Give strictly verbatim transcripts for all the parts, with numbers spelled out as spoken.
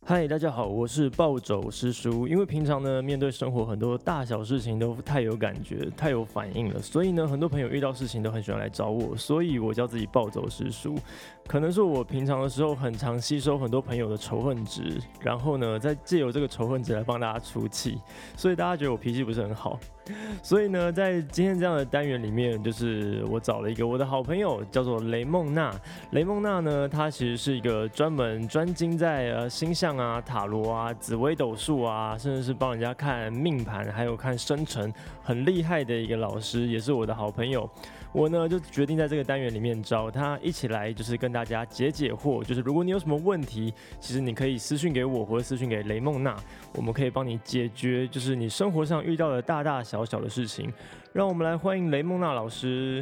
嗨，大家好，我是暴走师叔。因为平常呢，面对生活很多大小事情都太有感觉、太有反应了，所以呢，很多朋友遇到事情都很喜欢来找我，所以我叫自己暴走师叔。可能是我平常的时候很常吸收很多朋友的仇恨值，然后呢，再借由这个仇恨值来帮大家出气，所以大家觉得我脾气不是很好。所以呢，在今天这样的单元里面，就是我找了一个我的好朋友，叫做雷梦娜。雷梦娜呢，她其实是一个专门专精在呃星象啊、塔罗啊、紫微斗数啊，甚至是帮人家看命盘，还有看生辰，很厉害的一个老师，也是我的好朋友。我呢就决定在这个单元里面找他一起来，就是跟大家解解惑。就是如果你有什么问题，其实你可以私讯给我，或者私讯给雷梦娜，我们可以帮你解决，就是你生活上遇到的大大小小的事情。让我们来欢迎雷梦娜老师。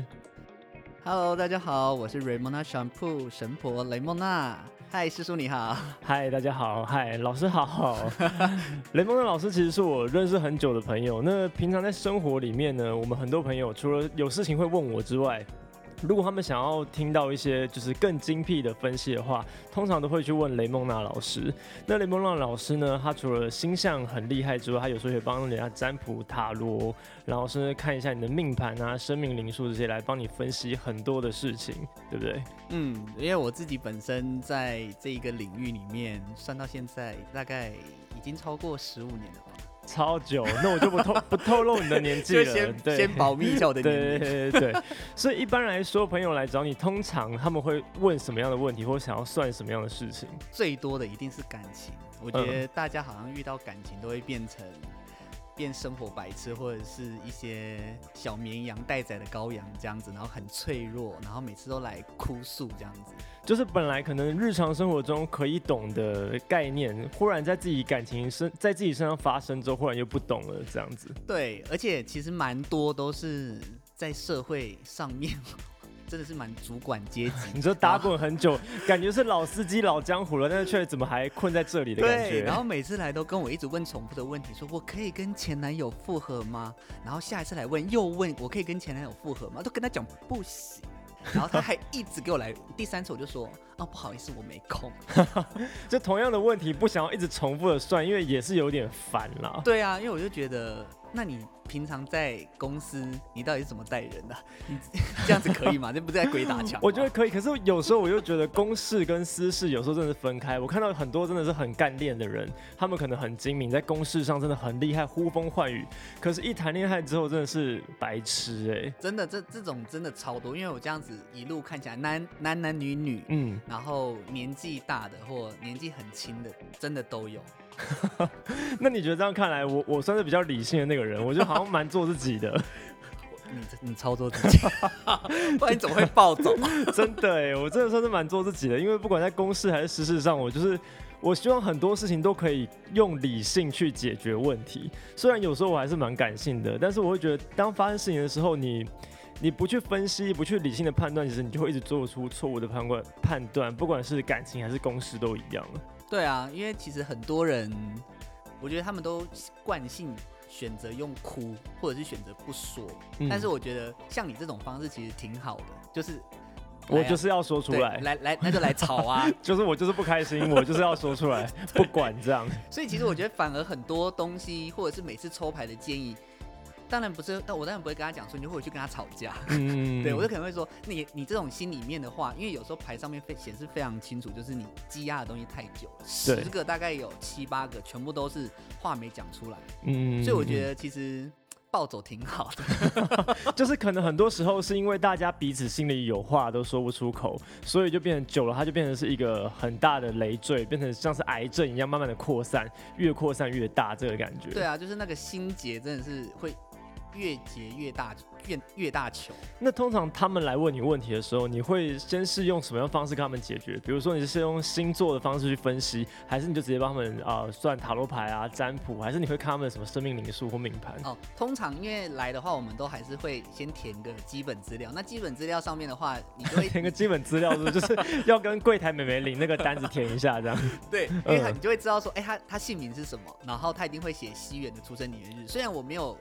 Hello， 大家好，我是 Ramona Shampoo 神婆雷梦娜。嗨，师叔你好。 嗨，大家好。嗨，老师好。雷梦娜老师其实是我认识很久的朋友。那平常在生活里面呢，我们很多朋友除了有事情会问我之外，如果他们想要听到一些就是更精辟的分析的话，通常都会去问雷梦娜老师。那雷梦娜老师呢，他除了星象很厉害之外，他有时候也帮人家占卜塔罗，然后甚至看一下你的命盘啊、生命灵数这些，来帮你分析很多的事情，对不对？ 嗯，因为我自己本身在这一个领域里面，算到现在大概已经超过十五年了吧。 超久，那我就不透不透露你的年纪了， 就先对， 先保密一下我的年龄。 对对对，所以一般来说，朋友来找你，通常他们会问什么样的问题，或想要算什么样的事情？ 最多的一定是感情，我觉得大家好像遇到感情都会变成变生活白痴，或者是一些小绵羊待宰的羔羊这样子，然后很脆弱，然后每次都来哭诉这样子。 就是本来可能日常生活中可以懂的概念，忽然在自己感情身在自己身上发生之后，忽然又不懂了，这样子。 对，而且其实蛮多都是在社会上面。真的是蛮主管阶级， 你说打滚很久，感觉是老司机老江湖了，但是却怎么还困在这里的感觉？ 对，然后每次来都跟我一直问重复的问题，说我可以跟前男友复合吗？然后下一次来问又问我可以跟前男友复合吗？都跟他讲不行。然后他还一直给我来，第三次我就说哦不好意思我没空。 就同样的问题不想要一直重复的算，因为也是有点烦啦。 对啊，因为我就觉得，那你平常在公司你到底是怎么带人的、啊？你这样子可以吗？这不是在鬼打墙？ 我觉得可以，可是有时候我又觉得公事跟私事有时候真的是分开。我看到很多真的是很干练的人，他们可能很精明，在公事上真的很厉害，呼风唤雨。可是，一谈恋爱之后真的是白痴哎、欸！ 真的，这这种真的超多，因为我这样子一路看起来男男男女女，嗯，然后年纪大的或年纪很轻的，真的都有。 那你觉得这样看来，我我算是比较理性的那个人，我觉得好像蛮做自己的。 你你操作自己，不然你怎么会暴走？ 真的哎，我真的算是蛮做自己的，因为不管在公事还是私事上，我就是我希望很多事情都可以用理性去解决问题。虽然有时候我还是蛮感性的，但是我会觉得，当发生事情的时候，你你不去分析，不去理性的判断，其实你就会一直做出错误的判断判断，不管是感情还是公事都一样了。 对啊，因为其实很多人，我觉得他们都惯性选择用哭，或者是选择不说、嗯。但是我觉得像你这种方式其实挺好的，就是我就是要说出来， 来来那就来吵啊！ 就是我就是不开心，我就是要说出来，不管这样。 所以其实我觉得反而很多东西，或者是每次抽牌的建议。当然不是，我当然不会跟他讲说你就会去跟他吵架，嗯，对我就可能会说，你你这种心里面的话，因为有时候牌上面显示非常清楚，就是你积压的东西太久了，十个大概有七八个全部都是话没讲出来，嗯，所以我觉得其实暴走挺好的， 就是可能很多时候是因为大家彼此心里有话都说不出口，所以就变成久了，它就变成是一个很大的累赘，变成像是癌症一样慢慢的扩散，越扩散越大这个感觉。 对啊，就是那个心结真的是会。越结越大，越越大球。 那通常他们来问你问题的时候，你会先是用什么样的方式跟他们解决？比如说你是用星座的方式去分析，还是你就直接帮他们啊、呃、算塔罗牌啊、占卜，还是你会看他们的什么生命灵数或命盘？ 哦，通常因为来的话，我们都还是会先填个基本资料。那基本资料上面的话，你就会填个基本资料，是不是就是要跟柜台美眉领那个单子填一下这样？ 对，因为你就会知道说，哎、欸，他他姓名是什么，然后他一定会写西元的出生年月日。虽然我没有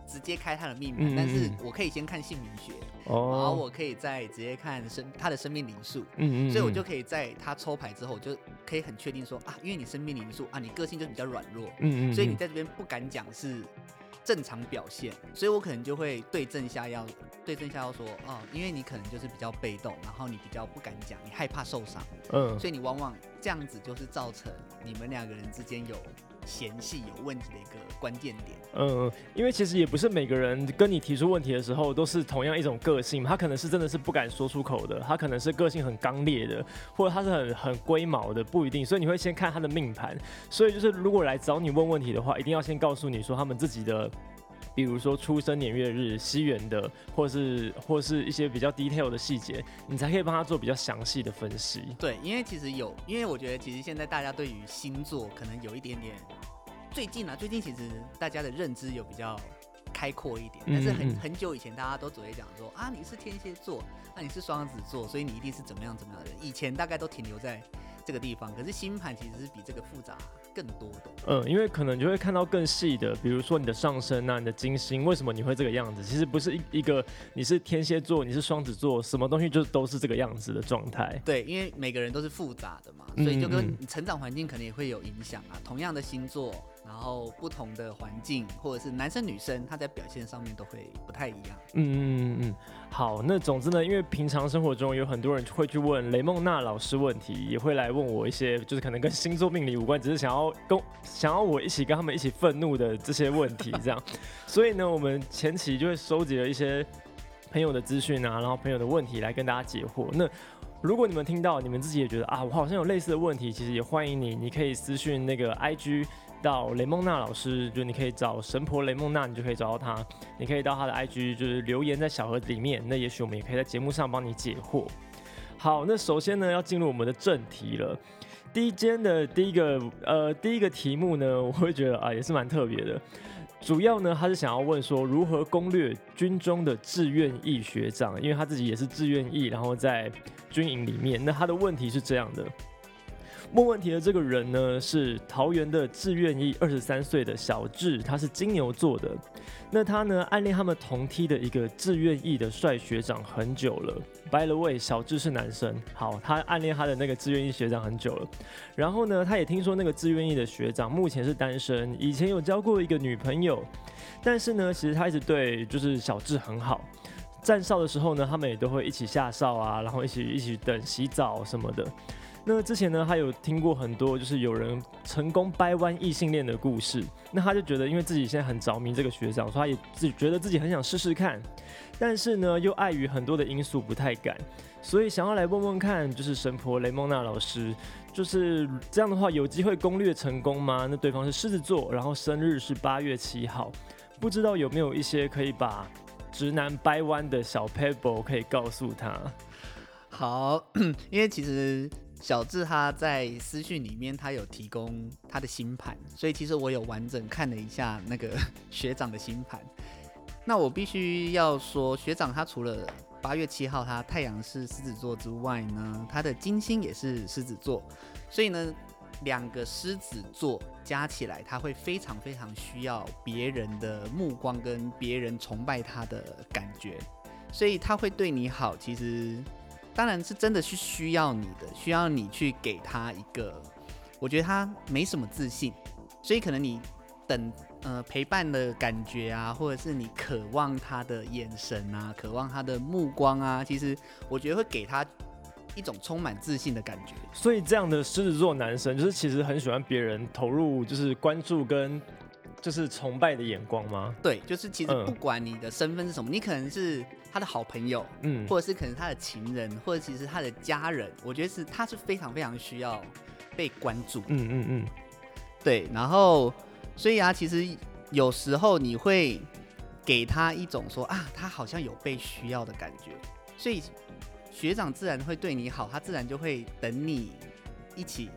直接开他的命盘，嗯嗯，但是我可以先看姓名学，哦，然后我可以再直接看生他的生命灵数，嗯嗯嗯，所以我就可以在他抽牌之后，我就可以很确定说啊，因为你生命灵数啊，你个性就比较软弱，嗯嗯嗯，所以你在这边不敢讲是正常表现，所以我可能就会对症下药，对症下药说哦，因为你可能就是比较被动，然后你比较不敢讲，你害怕受伤，嗯，所以你往往这样子就是造成你们两个人之间有嫌隙有问题的一个关键点。 嗯，因为其实也不是每个人跟你提出问题的时候都是同样一种个性，他可能是真的是不敢说出口的，他可能是个性很刚烈的，或者他是很很龟毛的，不一定。所以你会先看他的命盘。所以就是如果来找你问问题的话，一定要先告诉你说他们自己的，比如说出生年月日、西元的，或是或是一些比较 detail 的细节，你才可以帮他做比较详细的分析。 对，因为其实有，因为我觉得其实现在大家对于星座可能有一点点。最近啊，最近其实大家的认知有比较开阔一点，但是很很久以前大家都只会讲说啊，你是天蝎座，啊你是双子座，所以你一定是怎么样怎么样的人。以前大概都停留在这个地方，可是星盘其实是比这个复杂更多的。 嗯，因为可能就会看到更细的，比如说你的上升啊，你的金星，为什么你会这个样子？其实不是一个你是天蝎座，你是双子座，什么东西就都是这个样子的状态。 对，因为每个人都是复杂的嘛，所以就跟你成长环境可能也会有影响啊。同样的星座。然后不同的环境，或者是男生女生，他在表现上面都会不太一样。 嗯嗯嗯，好，那总之呢，因为平常生活中有很多人会去问雷梦娜老师问题，也会来问我一些就是可能跟星座命理无关，只是想要跟想要我一起跟他们一起愤怒的这些问题，这样。所以呢，我们前期就会收集了一些朋友的资讯啊，然后朋友的问题来跟大家解惑。那如果你们听到，你们自己也觉得啊，我好像有类似的问题，其实也欢迎你，你可以私讯那个 I G。到雷梦娜老师，就你可以找神婆雷梦娜，你就可以找到她。你可以到她的 I G， 就是留言在小盒子里面。那也许我们也可以在节目上帮你解惑。好，那首先呢，要进入我们的正题了。第一间的第一个呃第一个题目呢，我会觉得啊也是蛮特别的。主要呢，他是想要问说如何攻略军中的志愿役学长，因为他自己也是志愿役，然后在军营里面。那他的问题是这样的。问问题的这个人呢，是桃园的志愿役二十三岁的小智，他是金牛座的。那他呢，暗恋他们同梯的一个志愿役的帅学长很久了。By the way， 小智是男生。好，他暗恋他的那个志愿役学长很久了。然后呢，他也听说那个志愿役的学长目前是单身，以前有交过一个女朋友，但是呢，其实他一直对就是小智很好。站哨的时候呢，他们也都会一起下哨啊，然后一起一起等洗澡什么的。那之前呢，他有听过很多就是有人成功掰弯异性恋的故事，那他就觉得因为自己现在很着迷这个学长，所以他也自己觉得自己很想试试看，但是呢又碍于很多的因素不太敢，所以想要来问问看，就是神婆雷梦娜老师，就是这样的话有机会攻略成功吗？那对方是狮子座，然后生日是八月七号，不知道有没有一些可以把直男掰弯的小 pebble 可以告诉他。 好，因为其实小智他在私讯里面他有提供他的星盘，所以其实我有完整看了一下那个学长的星盘。那我必须要说，学长他除了八月七号他太阳是狮子座之外呢，他的金星也是狮子座，所以呢两个狮子座加起来，他会非常非常需要别人的目光跟别人崇拜他的感觉，所以他会对你好，其实当然是真的是需要你的，需要你去给他一个，我觉得他没什么自信，所以可能你等呃陪伴的感觉啊，或者是你渴望他的眼神啊，渴望他的目光啊，其实我觉得会给他一种充满自信的感觉。 所以这样的狮子座男生，就是其实很喜欢别人投入，就是关注跟就是崇拜的眼光吗？ 对，就是其实不管你的身份是什么，嗯、你可能是他的好朋友，嗯，或者是可能他的情人，或者其实他的家人，我觉得是他是非常非常需要被关注。嗯嗯嗯，对，然后所以啊，其实有时候你会给他一种说啊，他好像有被需要的感觉，所以学长自然会对你好，他自然就会等你一起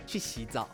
去洗澡，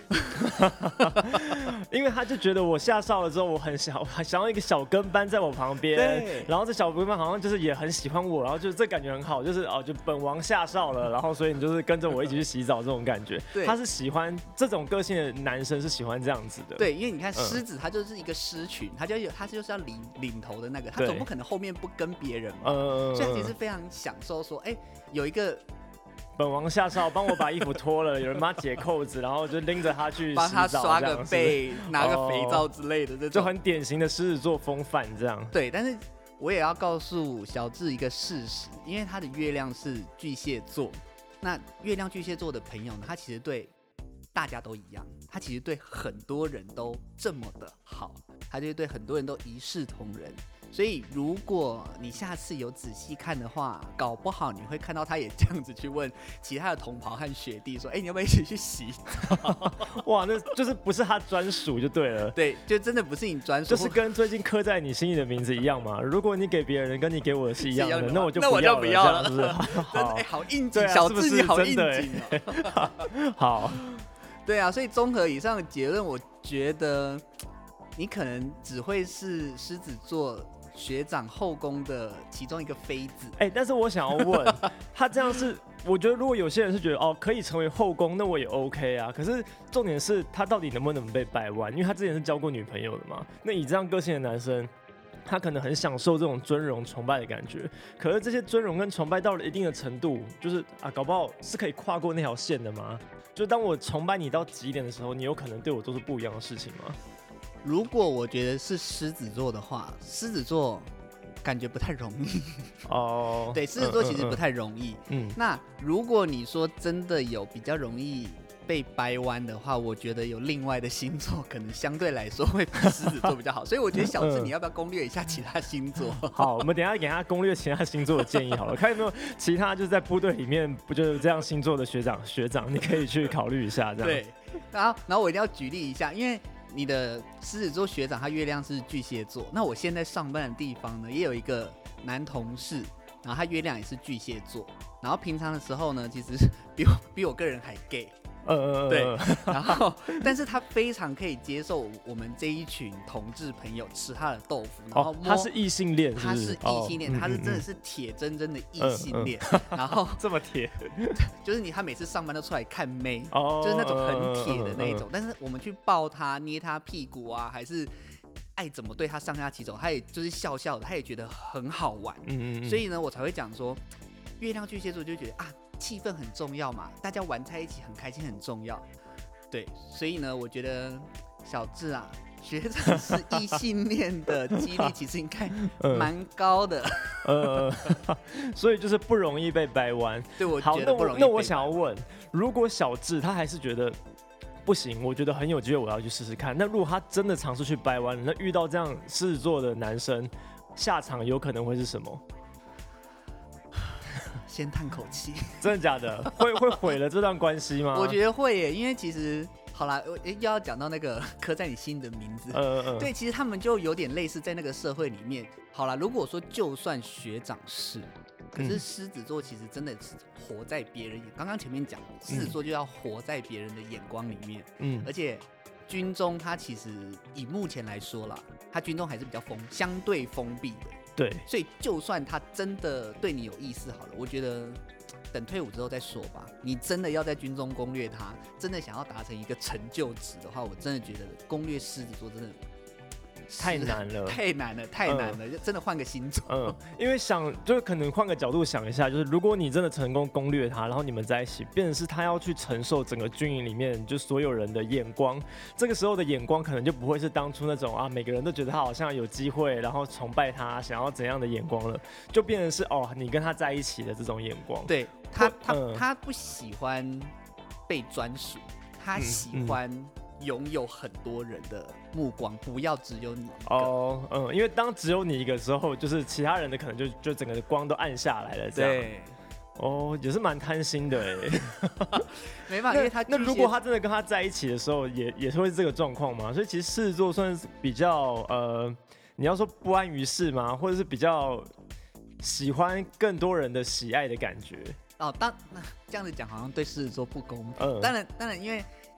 因为他就觉得我下哨了之后，我很想想要一个小跟班在我旁边，然后这小跟班好像就是也很喜欢我，然后就是这感觉很好，就是哦，就本王下哨了，然后所以你就是跟着我一起去洗澡这种感觉。他是喜欢这种个性的男生，是喜欢这样子的。 对，因为你看狮子，他就是一个狮群，他就有他就是要领领头的那个，他总不可能后面不跟别人嘛，呃、所以他其实非常享受说，哎、欸，有一个。 本王下哨，帮我把衣服脱了，有人帮他解扣子，然后就拎着他去洗澡， 帮他刷个背，拿个肥皂之类的，这种就很典型的狮子座风范这样。 对，但是我也要告诉小智一个事实，因为他的月亮是巨蟹座，那月亮巨蟹座的朋友呢，他其实对大家都一样，他其实对很多人都这么的好，他就对很多人都一视同仁。所以，如果你下次有仔细看的话，搞不好你会看到他也这样子去问其他的同袍和学弟说：“哎、欸，你要不要一起去洗澡？” 哇，那就是不是他专属就对了。 对，就真的不是你专属， 就是跟最近刻在你心里的名字一样嘛。如果你给别人跟你给我的是一样的，那我就不要了， 不要了， 是不是？ 真的，哎、欸，好应景，小智你好应景哦。好， 对啊，所以综合以上的结论，我觉得你可能只会是狮子座学长后宫的其中一个妃子。 哎、欸，但是我想要问，他这样是，我觉得如果有些人是觉得哦可以成为后宫，那我也 OK 啊。可是重点是他到底能不能被掰弯？因为他之前是交过女朋友的嘛。那以这样个性的男生，他可能很享受这种尊荣崇拜的感觉。可是这些尊荣跟崇拜到了一定的程度，就是啊，搞不好是可以跨过那条线的吗？就当我崇拜你到极点的时候，你有可能对我做出不一样的事情吗？ 如果我觉得是狮子座的话，狮子座感觉不太容易哦。对，狮子座其实不太容易。嗯，那如果你说真的有比较容易被掰弯的话，我觉得有另外的星座可能相对来说会比狮子座比较好。所以我觉得小智，你要不要攻略一下其他星座？ 好，我们等一下给他攻略其他星座的建议好了，看有没有其他就是在部队里面不就是这样星座的学长学长，你可以去考虑一下这样。 对，然后然后我一定要举例一下，因为你的狮子座学长他月亮是巨蟹座，那我现在上班的地方呢，也有一个男同事，然后他月亮也是巨蟹座，然后平常的时候呢，其实比我比我个人还 gay。呃，对，然后，但是他非常可以接受我们这一群同志朋友吃他的豆腐，然后摸、 哦、他是异性恋， 他是异性恋，哦、他是真的是铁铮铮的异性恋，嗯嗯、然后这么铁， 就是你他每次上班都出来看妹，哦、就是那种很铁的那一种，嗯嗯、但是我们去抱他、捏他屁股啊，还是爱怎么对他上下其手，他也就是笑笑的，他也觉得很好玩，嗯嗯，所以呢，我才会讲说，月亮巨蟹座就觉得啊。气氛很重要嘛，大家玩在一起很开心很重要，对，所以呢，我觉得小智啊，学长是异性恋的几率其实应该蛮高的， 呃，所以就是不容易被掰弯。 对，我觉得不容易被掰弯。 那我想要问，如果小智他还是觉得不行，我觉得很有机会，我要去试试看。那如果他真的尝试去掰弯，那遇到这样狮子座的男生，下场有可能会是什么？ 先叹口气， 真的假的？会会毁了这段关系吗？ 我觉得会耶，因为其实好啦，又要讲到那个刻在你心的名字，嗯嗯，对，其实他们就有点类似在那个社会里面。好啦，如果说就算学长是，可是狮子座其实真的是活在别人眼，刚刚前面讲，狮子座就要活在别人的眼光里面，嗯，而且军中他其实以目前来说啦，他军中还是比较封，相对封闭的。 对， 所以就算他真的对你有意思好了，我觉得等退伍之后再说吧。你真的要在军中攻略他，真的想要达成一个成就值的话，我真的觉得攻略狮子座真的太难了， 太难了，太难了，嗯、就真的换个星座。 嗯，因为想就是可能换个角度想一下，就是如果你真的成功攻略他，然后你们在一起，变成是他要去承受整个军营里面就所有人的眼光，这个时候的眼光可能就不会是当初那种啊每个人都觉得他好像有机会，然后崇拜他，想要怎样的眼光了，就变成是哦你跟他在一起的这种眼光。 对他，他、嗯、他不喜欢被专属，他喜欢、嗯。嗯拥有很多人的目光，不要只有你一个。哦， 嗯，因为当只有你一个时候，就是其他人的可能就就整个光都暗下来了，这样。 对。 哦，也是蛮贪心的哎。 没办法，因为他那如果他真的跟他在一起的时候，也也是会是这个状况嘛？所以其实狮子座算是比较呃，你要说不安于世吗？或者是比较喜欢更多人的喜爱的感觉？ 哦，当那这样子讲好像对狮子座不公平。嗯。当然，当然，因为。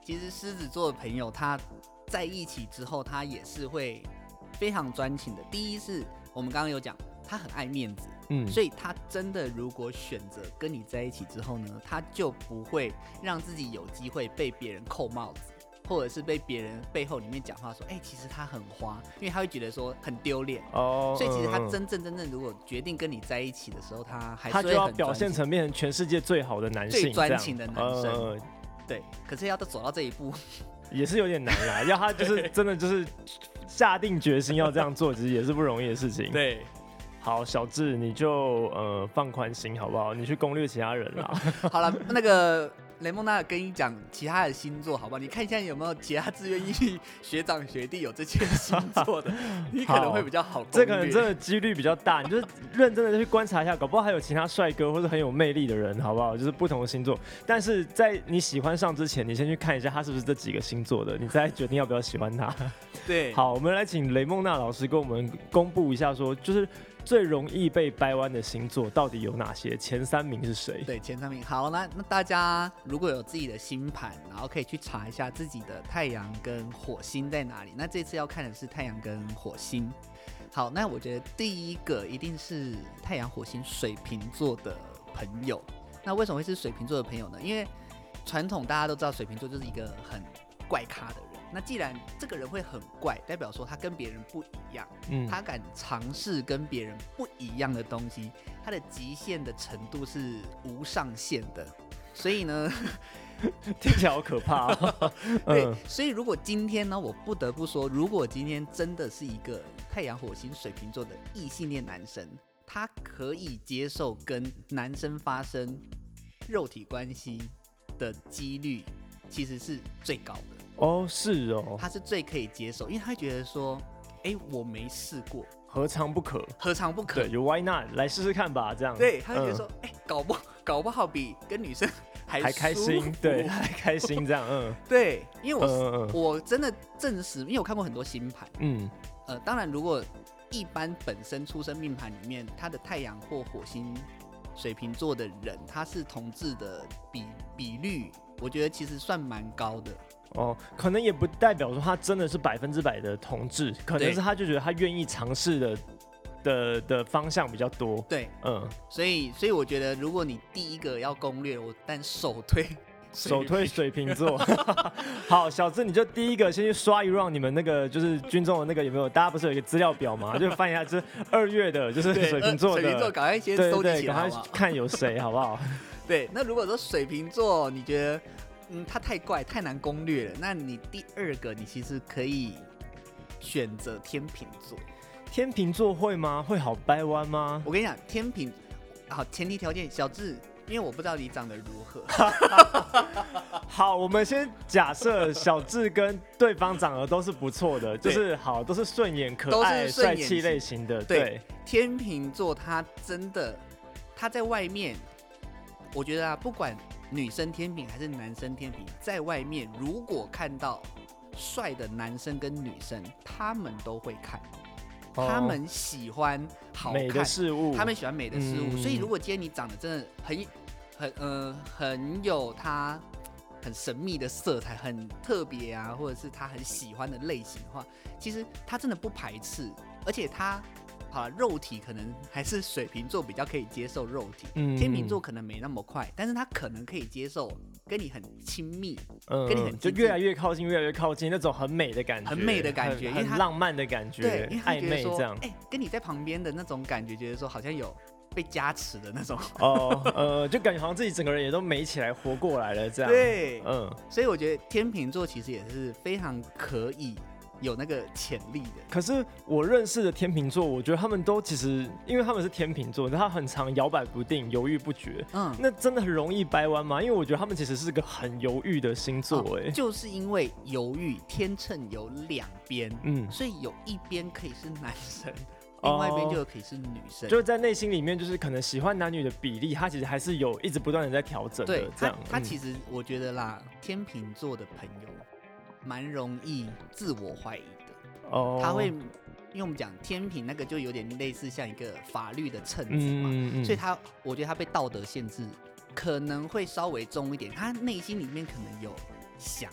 其实狮子座的朋友他在一起之后，他也是会非常专情的。第一是我们刚刚有讲，他很爱面子，嗯，所以他真的如果选择跟你在一起之后呢，他就不会让自己有机会被别人扣帽子，或者是被别人背后里面讲话说，哎、欸，其实他很花，因为他会觉得说很丢脸哦。所以其实他真正真正如果决定跟你在一起的时候，他还是会很专情，他就要表现成变成全世界最好的男性， 最专情的男生。呃、对，可是要走到这一步。 也是有点难啦，要他就是真的就是下定决心要这样做，其实也是不容易的事情。 对， 好，小智你就呃放宽心好不好？你去攻略其他人啦。 好了，那个雷蒙娜跟你讲其他的星座好不好？你看一下有没有其他志愿役学长学弟有这些星座的，你可能会比较好攻略。 这可能真的几率比较大，你就是认真的去观察一下，搞不好还有其他帅哥或是很有魅力的人，好不好？就是不同的星座，但是在你喜欢上之前，你先去看一下他是不是这几个星座的，你再决定要不要喜欢他。 对， 好，我们来请雷蒙娜老师跟我们公布一下说，就是最容易被掰弯的星座到底有哪些？前三名是谁？ 对，前三名。好，那那大家如果有自己的星盘，然后可以去查一下自己的太阳跟火星在哪里。那这次要看的是太阳跟火星。好，那我觉得第一个一定是太阳火星水瓶座的朋友。那为什么会是水瓶座的朋友呢？因为传统大家都知道水瓶座就是一个很怪咖的人。那既然这个人会很怪，代表说他跟别人不一样，嗯，他敢尝试跟别人不一样的东西，他的极限的程度是无上限的。所以呢， 听起来好可怕哦。 对，所以如果今天呢，我不得不说，如果今天真的是一个太阳火星水瓶座的异性恋男生，他可以接受跟男生发生肉体关系的几率，其实是最高的。 哦，是哦， 他是最可以接受，因为他会觉得说，哎、欸，我没试过， 何尝不可？ 何尝不可？ 对，就 Why not？ 来试试看吧，这样。 对，他会觉得说，哎、嗯欸，搞不搞不好比跟女生还还开心，对，还开心这样，嗯， 对，因为我、嗯嗯、我真的证实，因为我看过很多星盘，嗯，呃，当然如果一般本身出生命盘里面，他的太阳或火星水瓶座的人，他是同志的比比率，我觉得其实算蛮高的。 哦，可能也不代表说他真的是百分之百的同志，可能是他就觉得他愿意尝试的的的方向比较多。 对，嗯，所以所以我觉得，如果你第一个要攻略，我但首推首推水瓶座。好，小智你就第一个先去刷一 round 你们那个就是军中的那个有没有？大家不是有一个资料表吗？就翻一下，就是二月的，就是水瓶座的。 水瓶座，赶快先收集起来， 赶快看有谁，好不好？ 对，那如果说水瓶座，你觉得？嗯，他太怪，太难攻略了。那你第二个，你其实可以选择天秤座。 天秤座会吗？会好掰弯吗？ 我跟你讲，天秤好，前提条件，小智，因为我不知道你长得如何。 好，我们先假设小智跟对方长得都是不错的，就是好，都是顺眼、可爱、帅气类型的。对，对天秤座他真的，他在外面，我觉得啊，不管。女生天秤还是男生天秤，在外面如果看到帅的男生跟女生，他们都会看，哦、他们喜欢好看美的事物， 他们喜欢美的事物。嗯、所以如果今天你长得真的很很呃很有他很神秘的色彩，很特别啊，或者是他很喜欢的类型的话，其实他真的不排斥，而且他。好，肉体可能还是水瓶座比较可以接受肉体，嗯、天秤座可能没那么快，但是他可能可以接受跟你很亲密，嗯、跟你很就越来越靠近，越来越靠近那种很美的感觉， 很美的感觉， 很浪漫的感觉， 对，因为他暧昧这样， 哎、欸，跟你在旁边的那种感觉，觉得说好像有被加持的那种， 哦，呃，就感觉好像自己整个人也都美起来，活过来了这样， 对，嗯，所以我觉得天秤座其实也是非常可以。有那个潜力的， 可是我认识的天秤座，我觉得他们都其实，因为他们是天秤座，他很常摇摆不定、犹豫不决。嗯，那真的很容易掰弯吗？因为我觉得他们其实是个很犹豫的星座，哎、哦， 就是因为犹豫，天秤有两边，嗯，所以有一边可以是男生。另外一边就可以是女生， 就是在内心里面，就是可能喜欢男女的比例，他其实还是有一直不断的在调整的。 对， 这样他, 他其实我觉得啦，嗯、天秤座的朋友蛮容易自我怀疑的。哦，他会，因为我们讲天秤那个就有点类似像一个法律的秤子嘛，嗯嗯、所以他我觉得他被道德限制可能会稍微重一点，他内心里面可能有想，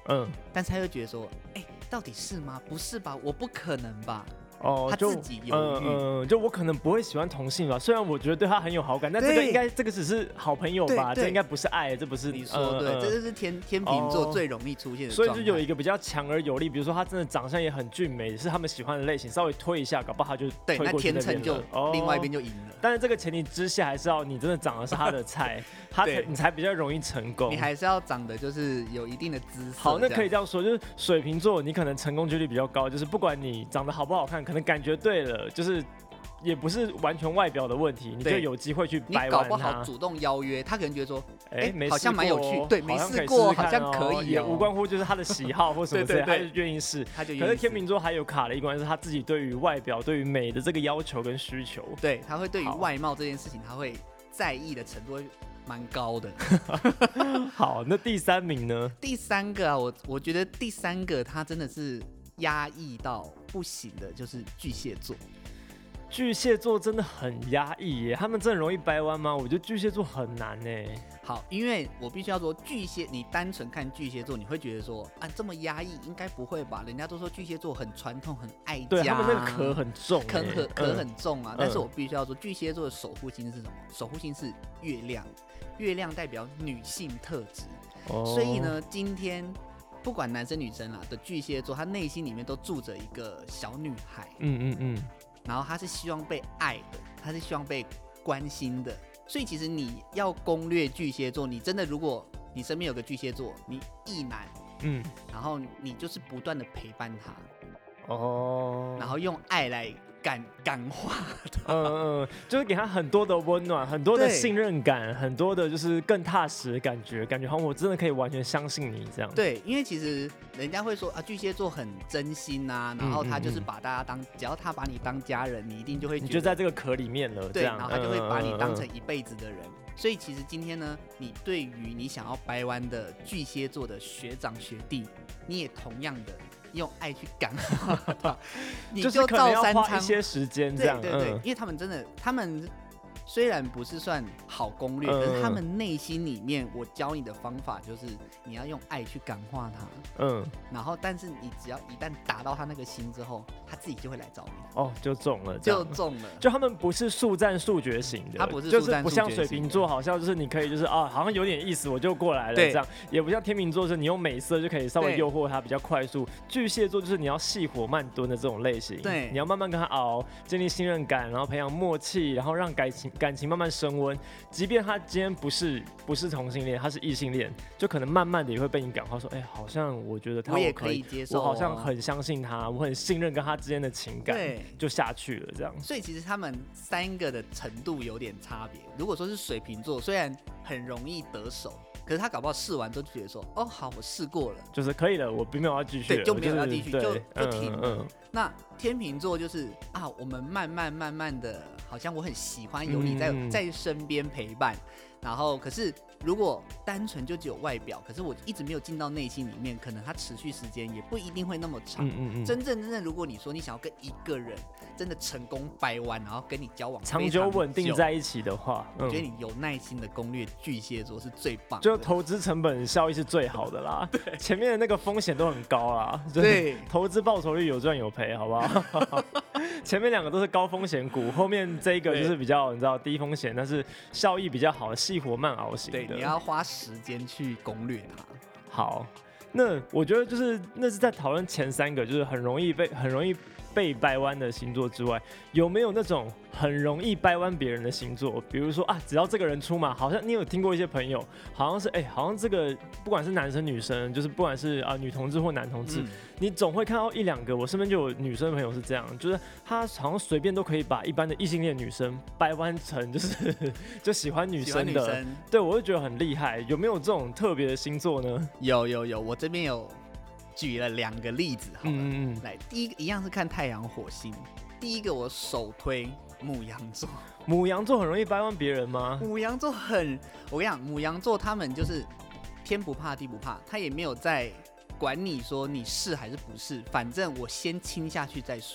嗯，但是他又觉得说，哎、欸，到底是吗？不是吧？我不可能吧？ 哦， 他自己犹豫， 嗯嗯，就我可能不会喜欢同性吧，虽然我觉得对他很有好感，但这个应该这个只是好朋友吧，这应该不是爱，这不是你说对，呃、这就是天天秤座最容易出现的状态、 哦，所以就有一个比较强而有力，比如说他真的长相也很俊美，是他们喜欢的类型，稍微推一下，搞不好他就推过去那边了， 对，那天秤就、哦、另外一边就赢了。 但是这个前提之下，还是要你真的长得是他的菜，他才你才比较容易成功。 你还是要长得就是有一定的姿色。 好，那可以这样说，就是水瓶座，你可能成功几率比较高，就是不管你长得好不好看，可能感觉对了。就是也不是完全外表的问题，你就有机会去掰弯他。 你搞不好主动邀约，他可能觉得说，哎、欸，好像蛮有趣，对，没试过， 好像可以、喔， 也无关乎就是他的喜好或什么之类，他就愿意试。 他就愿意。 可是天秤座还有卡了一关，是他自己对于外表、对于美的这个要求跟需求。 对，他会对于外貌这件事情，他会在意的程度会蛮高的。 好，那第三名呢？ 第三个啊，我我觉得第三个他真的是压抑到不行的，就是巨蟹座。 巨蟹座真的很压抑耶，他们真的容易掰弯吗？我觉得巨蟹座很难耶。 好，因为我必须要说，巨蟹，你单纯看巨蟹座，你会觉得说，啊，这么压抑，应该不会吧？人家都说巨蟹座很传统，很爱家， 对他们那个壳很重， 壳壳壳很重啊。嗯、但是我必须要说，巨蟹座的守护星是什么？守护星是月亮，月亮代表女性特质，哦、所以呢，今天不管男生女生啦的巨蟹座，他内心里面都住着一个小女孩。嗯嗯嗯。然后他是希望被爱的，他是希望被关心的，所以其实你要攻略巨蟹座，你真的如果你身边有个巨蟹座，你意男，嗯，然后你就是不断的陪伴他，哦，然后用爱来感感化他， 嗯嗯，就是给他很多的温暖，很多的信任感，很多的就是更踏实的感觉，感觉好像我真的可以完全相信你这样。 对，因为其实人家会说啊，巨蟹座很真心啊，然后他就是把大家当，嗯嗯嗯只要他把你当家人，你一定就会觉得你就在这个壳里面了， 对， 这样， 然后他就会把你当成一辈子的人。嗯嗯嗯所以其实今天呢，你对于你想要掰弯的巨蟹座的学长学弟，你也同样的用爱去感化他，你就照三餐， 就是可能要花一些时间这样， 对对对， 嗯、 因为他们真的，他们虽然不是算好攻略，嗯、可是他们内心里面，我教你的方法就是你要用爱去感化他，嗯，然后但是你只要一旦打到他那个心之后，他自己就会来找你， 哦，就中了， 就中了， 就他们不是速战速决型的， 他不是就是不像水瓶座，好像就是你可以就是啊，好像有点意思我就过来了这样，也不像天秤座是你用美色就可以稍微诱惑他比较快速，巨蟹座就是你要细火慢炖的这种类型， 对， 你要慢慢跟他熬，建立信任感，然后培养默契，然后让感情感情慢慢升温，即便他今天不是不是同性恋，他是异性恋，就可能慢慢的也会被你感化说，哎、欸，好像我觉得他我也可以接受、哦， 我好像很相信他，我很信任跟他之间的情感， 对， 就下去了这样。 所以其实他们三个的程度有点差别。如果说是水瓶座，虽然很容易得手，可是他搞不好试完之后就觉得说，哦，好，我试过了， 就是可以了，我并没有要继续了， 对，就没有要继续，就就停了。 嗯嗯、 那天秤座就是啊，我们慢慢慢慢的，好像我很喜欢有你在、嗯、在身边陪伴，然后可是如果单纯就只有外表，可是我一直没有进到内心里面，可能它持续时间也不一定会那么长。嗯嗯嗯真正真正，如果你说你想要跟一个人真的成功掰弯，然后跟你交往长久稳定在一起的话， 我觉得你有耐心的攻略巨蟹座是最棒的， 就投资成本效益是最好的啦。 对， 前面的那个风险都很高啦。 对， 投资报酬率有赚有赔，好不好？前面两个都是高风险股，后面这一个就是比较你知道低风险，但是效益比较好，细火慢熬型的。 对，你要花时间去攻略它。 好，那我觉得就是那是在讨论前三个，就是很容易被很容易被掰弯的星座之外，有没有那种很容易掰弯别人的星座？比如说啊，只要这个人出马，好像你有听过一些朋友，好像是哎、欸，好像这个不管是男生女生，就是不管是啊女同志或男同志，嗯、你总会看到一两个。我身边就有女生朋友是这样，就是她好像随便都可以把一般的异性恋女生掰弯成就是就喜欢女生的。 喜欢女生， 对，我就觉得很厉害。有没有这种特别的星座呢？ 有有有，我这边有。举了两个例子，好了，嗯嗯来，第一个一样是看太阳火星。第一个我首推牡羊座， 牡羊座很容易掰弯别人吗？ 牡羊座很，我跟你讲，牡羊座他们就是天不怕地不怕，他也没有在管你说你是还是不是，反正我先亲下去再说。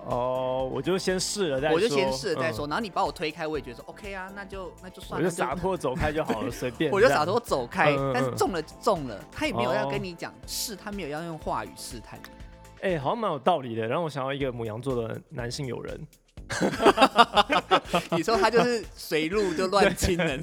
哦，我就先试了再说， 我就先试了再说，嗯、然后你把我推开，我也觉得说 OK 啊，那就那就算了， 我就洒脱走开就好了，随便。 我就洒脱走开，嗯嗯但是中了就中了，他也没有要跟你讲试、哦，他没有要用话语试探你。 哎、欸，好像蛮有道理的，让我想到一个牡羊座的男性友人。 你说他就是随路就乱亲人，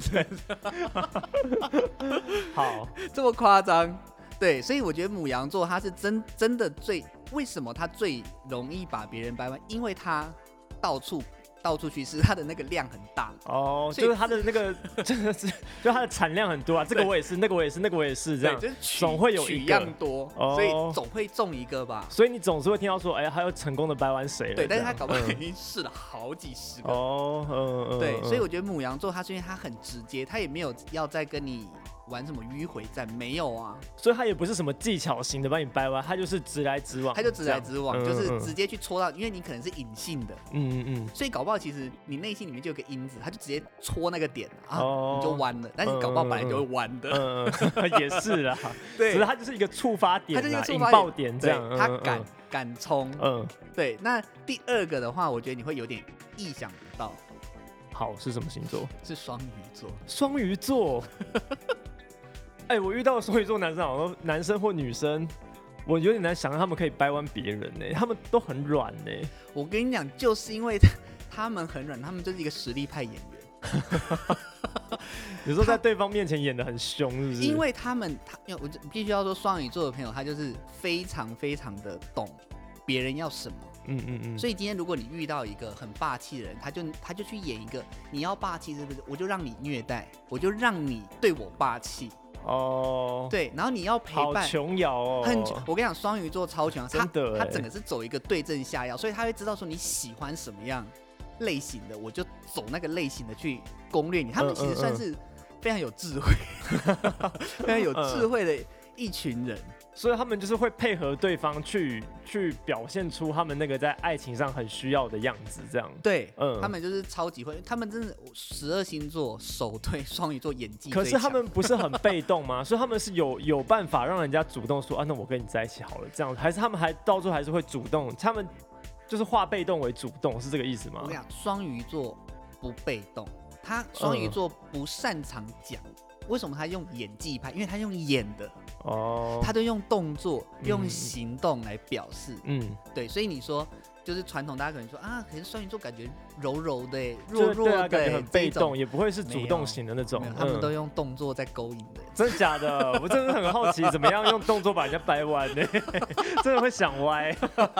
好， 这么夸张？对，所以我觉得牡羊座他是真真的最，为什么他最容易把别人掰弯？因为他到处到处去试，他的那个量很大哦，就是他的那个真的是，就他的产量很多啊，这个我也是，那个我也是，那个我也是，这样， 就是总会有一个样多、哦，所以总会中一个吧。 所以你总是会听到说，哎、欸，他又成功的掰弯谁了？ 对，但是他搞不好已经试了好几十个。 哦，嗯嗯， 对，所以我觉得牡羊座他是因为他很直接，他也没有要再跟你玩什么迂回战，没有啊， 所以他也不是什么技巧型的把你掰弯，他就是直来直往， 他就直来直往， 嗯、 就是直接去戳到，因为你可能是隐性的， 嗯嗯嗯， 所以搞不好其实你内心里面就有个因子，他就直接戳那个点啊， 哦、 你就弯了，但是你搞不好本来就会弯的， 嗯嗯、也是啦， 对， 只是他就是一个触发点， 他就是一个引爆点这样， 他敢、嗯、敢冲， 嗯， 对，那第二个的话，我觉得你会有点意想不到， 好，是什么星座？ 是双鱼座， 双鱼座。哎、欸，我遇到的双鱼座男生，好像男生或女生，我有点难想象他们可以掰弯别人呢、欸，他们都很软呢、欸。 我跟你讲，就是因为他们很软，他们就是一个实力派演员。 有时候在对方面前演得很凶，是不是？ 因为他们，他我必须要说，双鱼座的朋友，他就是非常非常的懂别人要什么。 嗯嗯嗯。 所以今天如果你遇到一个很霸气的人，他就他就去演一个你要霸气是不是？我就让你虐待，我就让你对我霸气。 哦， 对，然后你要陪伴， 好琼瑶哦， 很，我跟你讲，双鱼座超强， 真的， 他整个是走一个对症下药，所以他会知道说你喜欢什么样类型的，我就走那个类型的去攻略你。他们其实算是非常有智慧，嗯嗯嗯非常有智慧的一群人。 所以他们就是会配合对方去去表现出他们那个在爱情上很需要的样子，这样。 对， 嗯， 他们就是超级会，他们真的十二星座首推双鱼座演技最强。 可是他们不是很被动吗？所以他们是有有办法让人家主动说啊，那我跟你在一起好了，这样，还是他们还到最后还是会主动？他们就是化被动为主动，是这个意思吗？ 我跟你讲，双鱼座不被动，他双鱼座不擅长讲。嗯，为什么他用演技派？因为他用演的哦，他都用动作、用行动来表示。嗯，对，所以你说就是传统，大家可能说啊，可是双鱼座感觉柔柔的、弱弱的， 感觉很被动，也不会是主动型的那种。 他们都用动作在勾引的。 真的假的？我真的很好奇，怎么样用动作把人家掰弯呢？真的会想歪，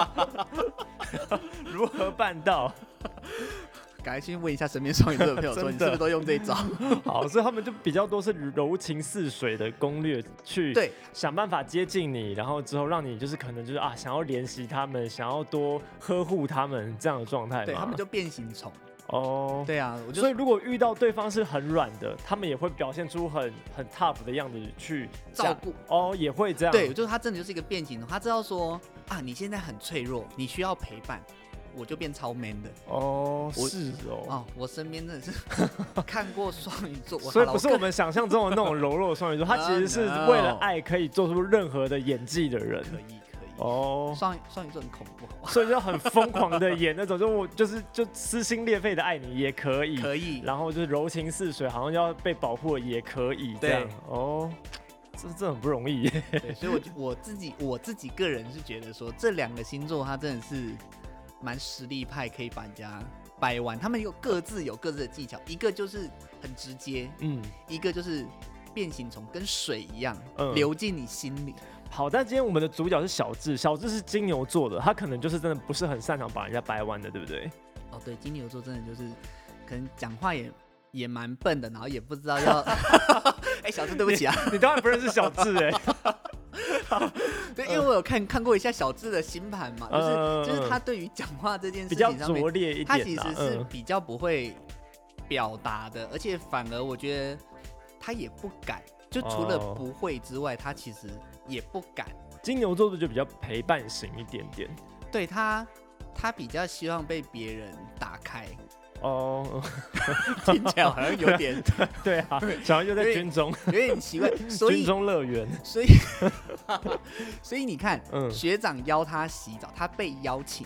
如何办到？ 赶快去问一下身边双鱼座的朋友，说你是不是都用这一招？ 好，所以他们就比较多是柔情似水的攻略，去想办法接近你，然后之后让你就是可能就是啊，想要怜惜他们，想要多呵护他们这样的状态。 对，他们就变形虫。 哦， 对啊，我就所以如果遇到对方是很软的，他们也会表现出很很 tough 的样子去照顾。 哦，也会这样。 对，就是他真的就是一个变形虫，他知道说啊，你现在很脆弱，你需要陪伴。我就变超 man 的哦，是哦， 哦，我身边真的是看过双鱼座， 所以不是我们想象中的那种柔弱的双鱼座，他其实是为了爱可以做出任何的演技的人， 可以可以哦， 双双鱼座很恐怖， 所以就很疯狂的演那种，就我就是就撕心裂肺的爱你也可以， 可以， 然后就是柔情似水，好像要被保护也可以，这样哦。这这很不容易耶， 对，所以我我自己我自己个人是觉得说，这两个星座它真的是蛮实力派，可以把人家掰弯。他们有各自有各自的技巧，一个就是很直接，嗯，一个就是变形虫，跟水一样，嗯，流进你心里。 好，但今天我们的主角是小智，小智是金牛座的，他可能就是真的不是很擅长把人家掰弯的，对不对？ 哦，对，金牛座真的就是可能讲话也也蛮笨的，然后也不知道要，哎、欸，小智对不起啊， 你, 你当然不认识小智哎、欸。 对，因为我有看看过一下小智的星盘嘛，就是、呃、就是他对于讲话这件事情上面， 比较拙劣一点， 他其实是比较不会表达的，而且反而我觉得他也不敢，就除了不会之外，他其实也不敢。 金牛座的就比较陪伴型一点点， 对他，他比较希望被别人打开。哦，听起来好像有点对啊，小孩就在军中， 有点奇怪。所以军中乐园， 所以所以你看，嗯、学长邀他洗澡，他被邀请了，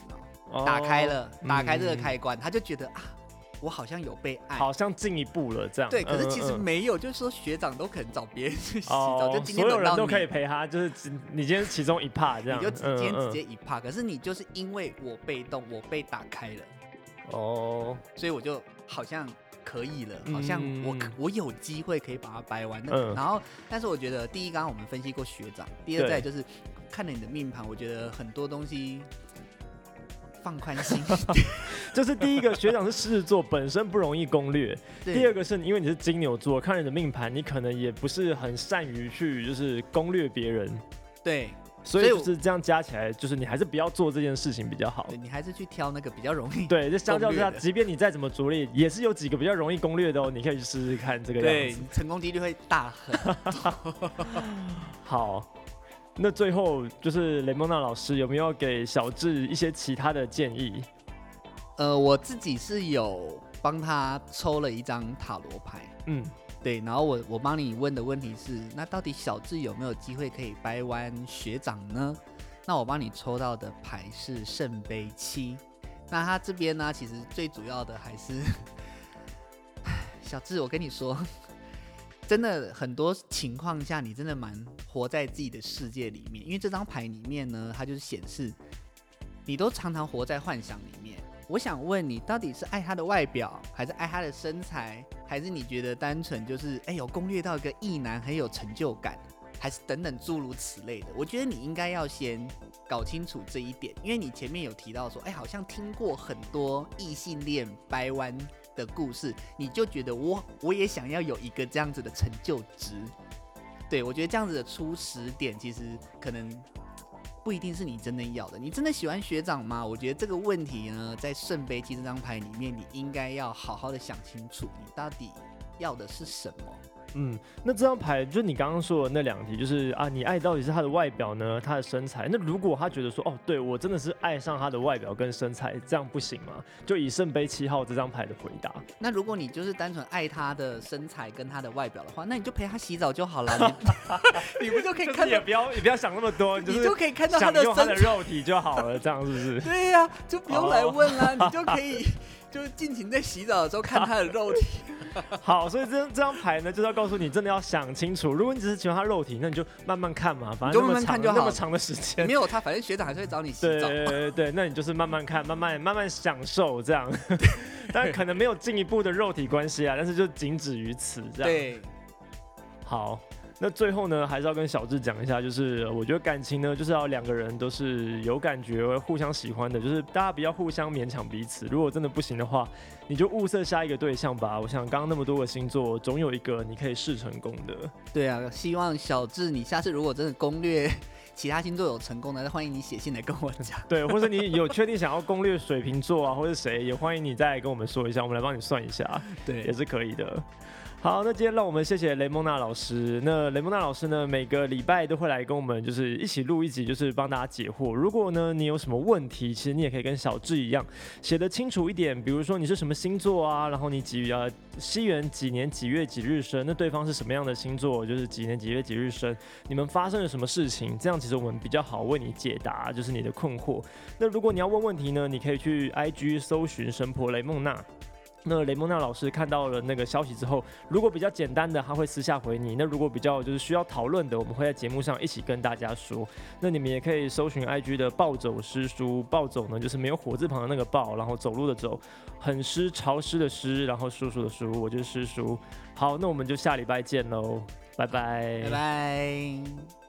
打开了，哦、打开这个开关，嗯、他就觉得啊。我好像有被爱， 好像进一步了这样。 对，可是其实没有，嗯嗯就是说学长都可能找别人去洗澡，哦、就今天轮到你，所有人都可以陪他，就是你今天其中一 part 这样， 你就今天直接一 part、嗯嗯。可是你就是因为我被动，我被打开了，哦，所以我就好像可以了，好像我、嗯、我有机会可以把它掰弯。嗯、然后，但是我觉得第一，刚刚我们分析过学长，第二再就是看了你的命盘，我觉得很多东西。放宽心， 就是第一个学长是狮子座，本身不容易攻略；第二个是因为你是金牛座，看你的命盘，你可能也不是很善于去就是攻略别人。 对， 所以就是这样加起来，就是你还是不要做这件事情比较好。 对，你还是去挑那个比较容易。 对，就相较之下，即便你再怎么拙劣，也是有几个比较容易攻略的哦，你可以去试试看这个样子。 对，成功几率会大很多。 好。那最后就是雷蒙娜老师有没有给小智一些其他的建议？ 呃，我自己是有帮他抽了一张塔罗牌，嗯，对，然后我我帮你问的问题是，那到底小智有没有机会可以掰弯学长呢？那我帮你抽到的牌是圣杯七，那他这边呢，其实最主要的还是小智，我跟你说。真的很多情况下，你真的蛮活在自己的世界里面，因为这张牌里面呢，它就是显示你都常常活在幻想里面。我想问你，到底是爱他的外表，还是爱他的身材，还是你觉得单纯就是哎有攻略到一个异男很有成就感，还是等等诸如此类的？我觉得你应该要先搞清楚这一点，因为你前面有提到说，哎，好像听过很多异性恋掰弯的故事，你就觉得我我也想要有一个这样子的成就值。对，我觉得这样子的初始点其实可能不一定是你真的要的。你真的喜欢学长吗？我觉得这个问题呢，在圣杯七这张牌里面，你应该要好好的想清楚，你到底要的是什么。 嗯，那这张牌就是你刚刚说的那两题，就是啊，你爱到底是他的外表呢，他的身材？那如果他觉得说，哦，对我真的是爱上他的外表跟身材，这样不行吗？就以圣杯七号这张牌的回答。 那如果你就是单纯爱他的身材跟他的外表的话，那你就陪他洗澡就好了，你, 你不就可以看到？ 也不要也不要想那么多， 你就可以看到他的身材， 享用他的肉体就好了，这样是不是？ 对呀、啊，就不用来问啦， oh. 你就可以就尽情在洗澡的时候看他的肉体。 好，所以这这张牌呢，就是要告诉你，真的要想清楚。如果你只是喜欢他肉体，那你就慢慢看嘛，反正那么长那么长的时间， 没有他，反正学长还是会找你洗澡。 对对对，那你就是慢慢看，慢慢慢慢享受这样。但可能没有进一步的肉体关系啊，但是就仅止于此这样。 对， 好。那最后呢，还是要跟小智讲一下，就是我觉得感情呢，就是要两个人都是有感觉、互相喜欢的，就是大家不要互相勉强彼此。如果真的不行的话，你就物色下一个对象吧。我想刚刚那么多个星座，总有一个你可以试成功的。 对啊，希望小智你下次如果真的攻略其他星座有成功的，欢迎你写信来跟我讲。 对，或者你有确定想要攻略水瓶座啊，或者谁，也欢迎你再来跟我们说一下，我们来帮你算一下，对，也是可以的。好，那今天让我们谢谢雷蒙娜老师。那雷蒙娜老师呢，每个礼拜都会来跟我们就是一起录一集，就是帮大家解惑。如果呢你有什么问题，其实你也可以跟小智一样写得清楚一点，比如说你是什么星座啊，然后你几呃西元几年几月几日生，那对方是什么样的星座，就是几年几月几日生，你们发生了什么事情，这样其实我们比较好为你解答，就是你的困惑。那如果你要问问题呢，你可以去 I G 搜寻神婆雷蒙娜。那雷蒙娜老师看到了那个消息之后，如果比较简单的，他会私下回你；那如果比较就是需要讨论的，我们会在节目上一起跟大家说。那你们也可以搜寻 I G 的暴走诗书，暴走呢就是没有火字旁的那个暴，然后走路的走，很湿潮湿的湿，然后叔叔的叔，我就是诗书。好，那我们就下礼拜见喽，拜拜， 拜拜。